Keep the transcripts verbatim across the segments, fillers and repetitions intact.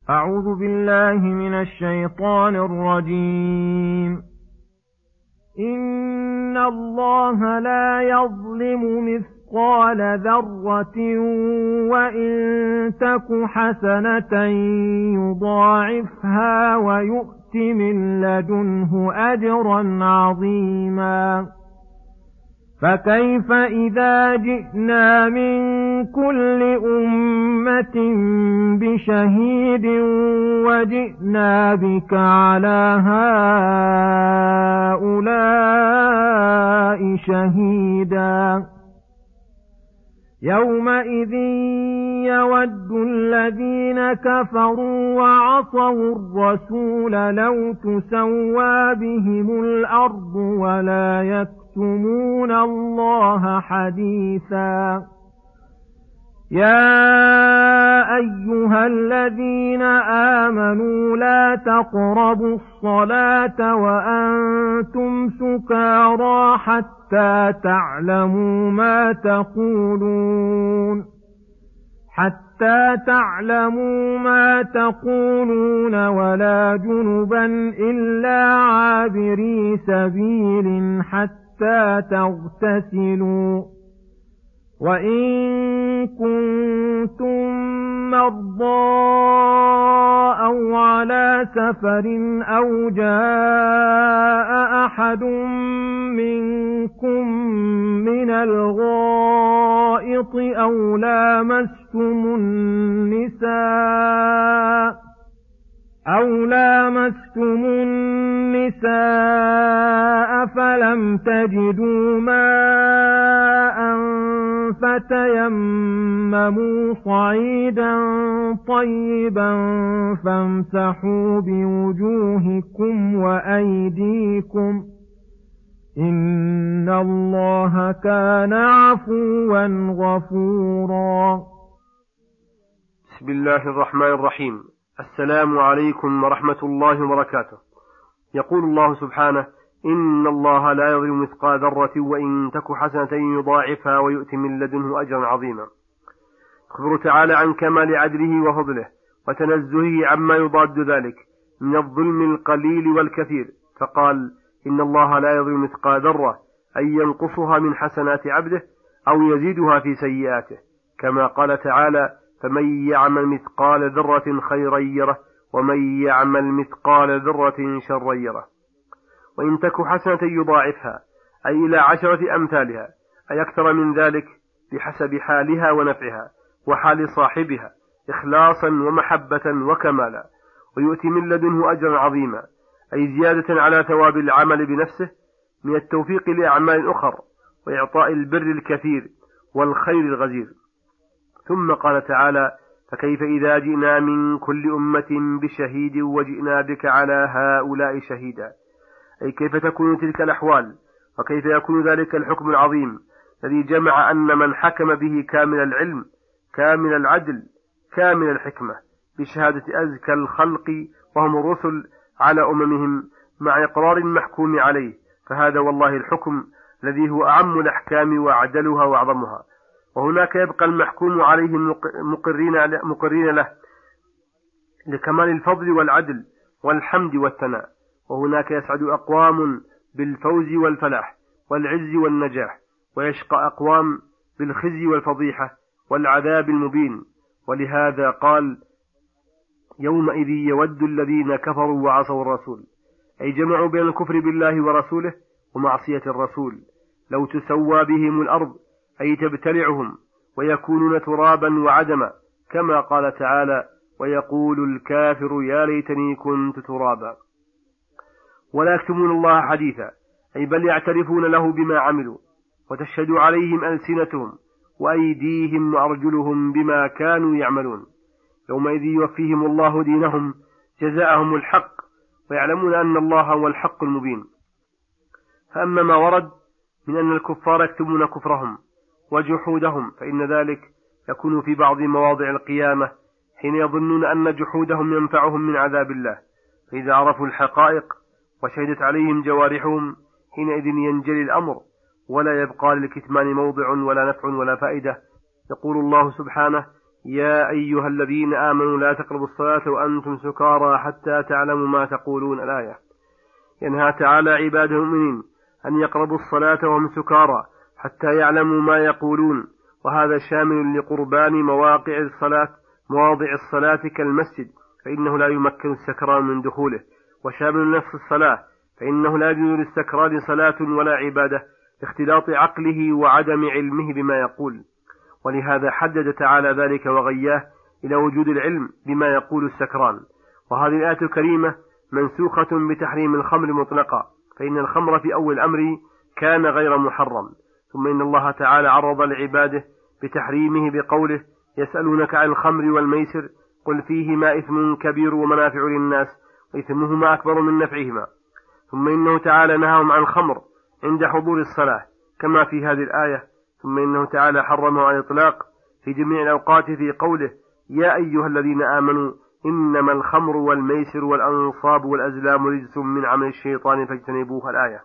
أعوذ بالله من الشيطان الرجيم. إن الله لا يظلم مثقال ذرة وإن تك حسنة يضاعفها ويؤت من لدنه أجرا عظيما. فكيف إذا جئنا من كل أمة بشهيد وجئنا بك على هؤلاء شهيدا. يومئذ يود الذين كفروا وعصوا الرسول لو تسوى بهم الأرض ولا يكتمون الله حديثا. يا أيها الذين آمنوا لا تقربوا الصلاة وأنتم سكارى حتى تعلموا ما تقولون حتى تعلموا ما تقولون ولا جنبا إلا عابري سبيل حتى تغتسلوا. وإن كنتم مرضى أو على سفر أو جاء أحد منكم من الغائط أو لامستم النساء أو لامستم النساء فلم تجدوا ماء فتيمموا صعيدا طيبا فامسحوا بوجوهكم وأيديكم إن الله كان عفوا غفورا. بسم الله الرحمن الرحيم. السلام عليكم ورحمة الله وبركاته. يقول الله سبحانه: إن الله لا يظلم مثقال ذرة وإن تك حسنة يضاعفها ويؤتي من لدنه أجرا عظيما. يخبر تعالى عن كمال عدله وفضله وتنزهه عما يضاد ذلك من الظلم القليل والكثير، فقال: إن الله لا يظلم مثقال ذرة، أي ينقصها من حسنات عبده أو يزيدها في سيئاته، كما قال تعالى: فمن يعمل مثقال ذرة خيرا يره ومن يعمل مثقال ذرة شرا يره. وإن تك حسنة يضاعفها، أي إلى عشرة أمثالها، أي أكثر من ذلك بحسب حالها ونفعها وحال صاحبها إخلاصا ومحبة وكمالا، ويؤتي من لدنه أجرا عظيما، أي زيادة على ثواب العمل بنفسه من التوفيق لأعمال أخر وإعطاء البر الكثير والخير الغزير. ثم قال تعالى: فكيف إذا جئنا من كل أمة بشهيد وجئنا بك على هؤلاء شهيدا، أي كيف تكون تلك الأحوال وكيف يكون ذلك الحكم العظيم الذي جمع أن من حكم به كامل العلم كامل العدل كامل الحكمة بشهادة أزكى الخلق وهم الرسل على أممهم مع إقرار المحكوم عليه، فهذا والله الحكم الذي هو أعم الأحكام وأعدلها وأعظمها. وهناك يبقى المحكوم عليه مقرين, مقرين له لكمال الفضل والعدل والحمد والثناء، وهناك يسعد أقوام بالفوز والفلاح والعز والنجاح، ويشقى أقوام بالخزي والفضيحة والعذاب المبين. ولهذا قال: يومئذ يود الذين كفروا وعصوا الرسول، أي جمعوا بين الكفر بالله ورسوله ومعصية الرسول، لو تسوى بهم الأرض، أي تبتلعهم ويكونون ترابا وعدما، كما قال تعالى: ويقول الكافر يا ليتني كنت ترابا. ولا يكتمون الله حديثا، أي بل يعترفون له بما عملوا، وتشهد عليهم ألسنتهم وأيديهم وأرجلهم بما كانوا يعملون. يومئذ يوفيهم الله دينهم جزاءهم الحق، ويعلمون أن الله هو الحق المبين. فأما ما ورد من أن الكفار يكتمون كفرهم وجحودهم، فإن ذلك يكون في بعض مواضع القيامة حين يظنون أن جحودهم ينفعهم من عذاب الله، فإذا عرفوا الحقائق وشهدت عليهم جوارحهم حينئذ ينجلي الأمر ولا يبقى للكتمان موضع ولا نفع ولا فائدة. يقول الله سبحانه: يا أيها الذين آمنوا لا تقربوا الصلاة وأنتم سكارى حتى تعلموا ما تقولون الآية. ينهى تعالى عباد المؤمنين أن يقربوا الصلاة وهم سكارى حتى يعلموا ما يقولون، وهذا شامل لقربان مواقع الصلاة مواضع الصلاة كالمسجد فإنه لا يمكن السكران من دخوله، وشامل نفس الصلاة فإنه لا يجوز للسكران صلاة ولا عبادة لاختلاط عقله وعدم علمه بما يقول، ولهذا حدد تعالى ذلك وغياه إلى وجود العلم بما يقول السكران. وهذه الآية الكريمة منسوخة بتحريم الخمر مطلقا، فإن الخمر في أول الأمر كان غير محرم، ثم إن الله تعالى عرض لعباده بتحريمه بقوله يسألونك عن الخمر والميسر قل فيهما إثم كبير ومنافع للناس وإثمهما أكبر من نفعهما. ثم إنه تعالى نهاهم عن الخمر عند حضور الصلاة كما في هذه الآية. ثم إنه تعالى حرمه على الإطلاق في جميع الأوقات في قوله يا أيها الذين آمنوا إنما الخمر والميسر والأنصاب والأزلام رجس من عمل الشيطان فاجتنبوه الآية.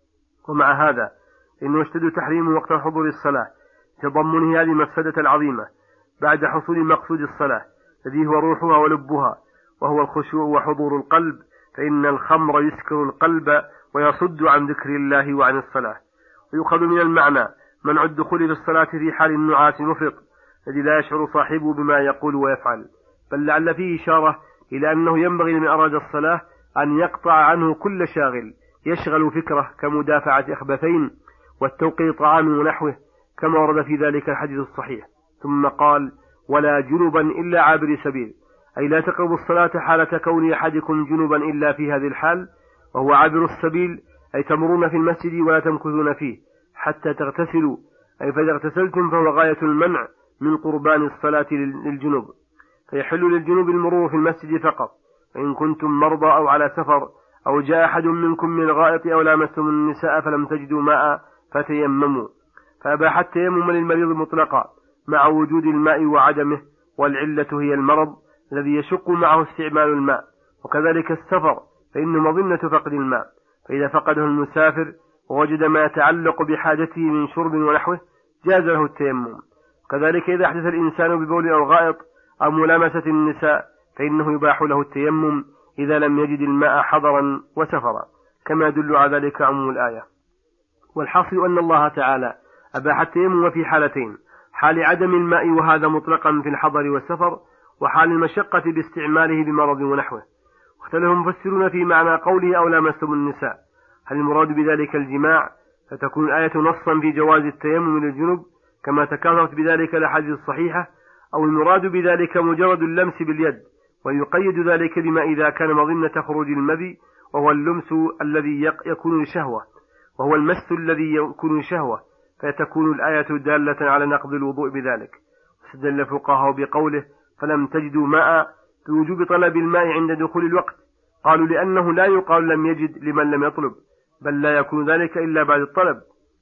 ومع هذا إنه اشتد تحريمه وقت حضور الصلاة تضمنه هذه المفسدة العظيمة بعد حصول مقصود الصلاة الذي هو روحها ولبها وهو الخشوع وحضور القلب، فإن الخمر يسكر القلب ويصد عن ذكر الله وعن الصلاة. ويؤخذ من المعنى منع الدخول في الصلاة في حال النعاس المفرط الذي لا يشعر صاحبه بما يقول ويفعل، بل لعل فيه إشارة إلى أنه ينبغي لمن أراد الصلاة أن يقطع عنه كل شاغل يشغل فكره كمدافعة أخبثين والتوقيع طعام ونحوه كما ورد في ذلك الحديث الصحيح. ثم قال ولا جنبا إلا عابر سبيل، أي لا تقربوا الصلاة حالة كون أحدكم جنبا إلا في هذه الحال، وهو عابر السبيل أي تمرون في المسجد ولا تمكثون فيه حتى تغتسلوا، أي فإذا اغتسلتم فهو غاية المنع من قربان الصلاة للجنوب، فيحل للجنوب المرور في المسجد فقط، فإن كنتم مرضى أو على سفر أو جاء أحد منكم من الغائط أو لامستم النساء فلم تجدوا ماء فتيمموا، فأباح التيمم للمريض مطلقا مع وجود الماء وعدمه، والعلة هي المرض الذي يشق معه استعمال الماء، وكذلك السفر فإنه مظنة فقد الماء، فإذا فقده المسافر ووجد ما يتعلق بحاجته من شرب ونحوه جاز له التيمم. كذلك إذا أحدث الإنسان ببول أو غائط أو ملامسة النساء فإنه يباح له التيمم إذا لم يجد الماء حضرا وسفرا، كما يدل على ذلك عموم الآية. والحاصل أن الله تعالى أباح التيمم في حالتين: حال عدم الماء وهذا مطلقا في الحضر والسفر، وحال المشقة باستعماله بمرض ونحوه. واختلف المفسرون في معنى قوله أو لامستم النساء، هل المراد بذلك الجماع فتكون الآية نصا في جواز التيمم للجنب كما تكاثرت بذلك الأحاديث الصحيحة، أو المراد بذلك مجرد اللمس باليد، ويقيد ذلك بما إذا كان مظنة خروج المذي وهو اللمس الذي يكون لشهوة وهو المس الذي يكون لشهوة، فتكون الآية دالة على نقض الوضوء بذلك. واستدل الفقهاء بقوله فلم تجدوا ماء بوجوب طلب الماء عند دخول الوقت، قالوا لأنه لا يقال لم يجد لمن لم يطلب، بل لا يكون ذلك إلا بعد الطلب.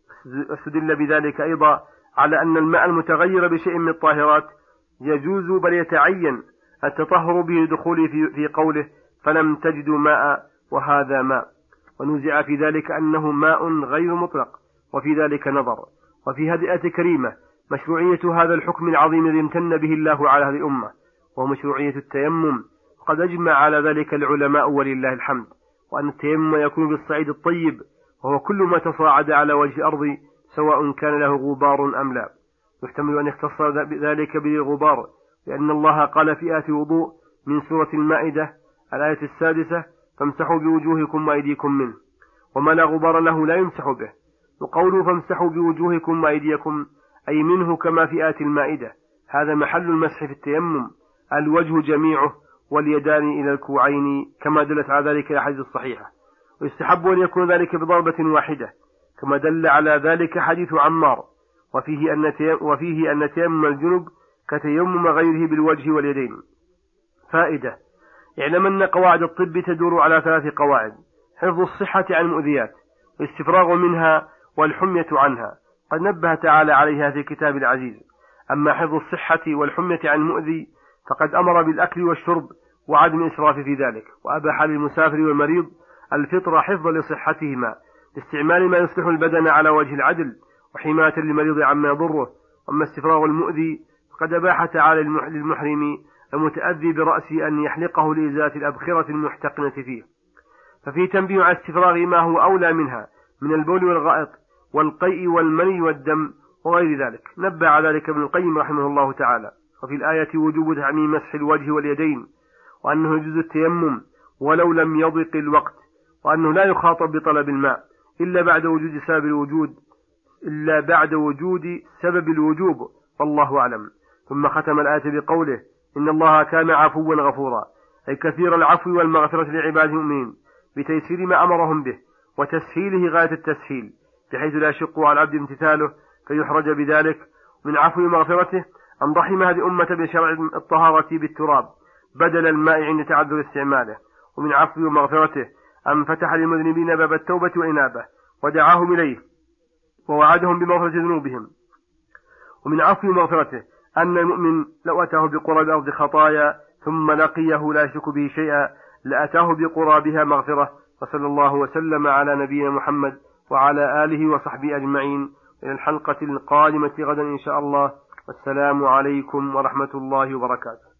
استدل بذلك أيضا على أن الماء المتغير بشيء من الطاهرات يجوز بل يتعين التطهر به دخول في, في قوله فلم تجدوا ماء وهذا ماء، ونزع في ذلك أنه ماء غير مطلق، وفي ذلك نظر. وفي هذه الآية الكريمة مشروعية هذا الحكم العظيم الذي امتن به الله على هذه الأمة، وهو مشروعية التيمم، وقد أجمع على ذلك العلماء ولله الحمد، وأن التيمم يكون بالصعيد الطيب وهو كل ما تصاعد على وجه الأرض سواء كان له غبار أم لا. يحتمل أن يختص ذلك بالغبار، لأن الله قال في آية وضوء من سورة المائدة الآية السادسة فامسحوا بوجوهكم وأيديكم منه، وما لا غبار له لا يمسح به. وقوله فامسحوا بوجوهكم وأيديكم أي منه كما في آية المائدة، هذا محل المسح في التيمم، الوجه جميعه واليدان إلى الكوعين كما دلت على ذلك الأحاديث الصحيحة. ويستحب أن يكون ذلك بضربة واحدة كما دل على ذلك حديث عمار، وفيه أن وفيه أن تيمم الجنب كتيمم غيره بالوجه واليدين. فائدة: اعلم أن قواعد الطب تدور على ثلاث قواعد: حفظ الصحة عن المؤذيات، والاستفراغ منها، والحمية عنها، قد نبه تعالى عليها في كتاب العزيز. أما حفظ الصحة والحمية عن المؤذي فقد أمر بالأكل والشرب وعدم الإسراف في ذلك، وأباح للمسافر والمريض الفطر حفظا لصحتهما لاستعمال ما يصلح البدن على وجه العدل وحماية للمريض عما يضره. أما استفراغ المؤذي قد أباح تعالى للمحرم المتأذي برأسه أن يحلقه لإزالة الأبخرة المحتقنة فيه، ففيه تنبيه على استفراغ ما هو أولى منها من البول والغائط والقيء والمني والدم وغير ذلك. نبه على ذلك ابن القيم رحمه الله تعالى. وفي الآية وجوب تعميم مسح الوجه واليدين، وأنه يجوز التيمم ولو لم يضق الوقت، وأنه لا يخاطب بطلب الماء إلا بعد وجود سبب الوجود إلا بعد وجود سبب الوجوب، والله أعلم. ثم ختم الآية بقوله إن الله كان عفوا غفورا، أي كثير العفو والمغفرة لعباده المؤمنين بتيسير ما أمرهم به وتسهيله غاية التسهيل، بحيث لا يشق على العبد امتثاله فيحرج بذلك. من عفو ومغفرته أن ضحم هذه الأمة بشرع الطهارة بالتراب بدل الماء عند تعذر استعماله. ومن عفو ومغفرته أن فتح للمذنبين باب التوبة وإنابة ودعاهم إليه ووعدهم بمغفرة ذنوبهم. ومن عفو ومغفرته أن المؤمن لو أتاه بقراب الأرض خطايا ثم لقيه لا يشرك به شيئا لأتاه بقرابها مغفرة. وصلى الله وسلم على نبينا محمد وعلى آله وصحبه أجمعين. إلى الحلقة القادمة غدا إن شاء الله، والسلام عليكم ورحمة الله وبركاته.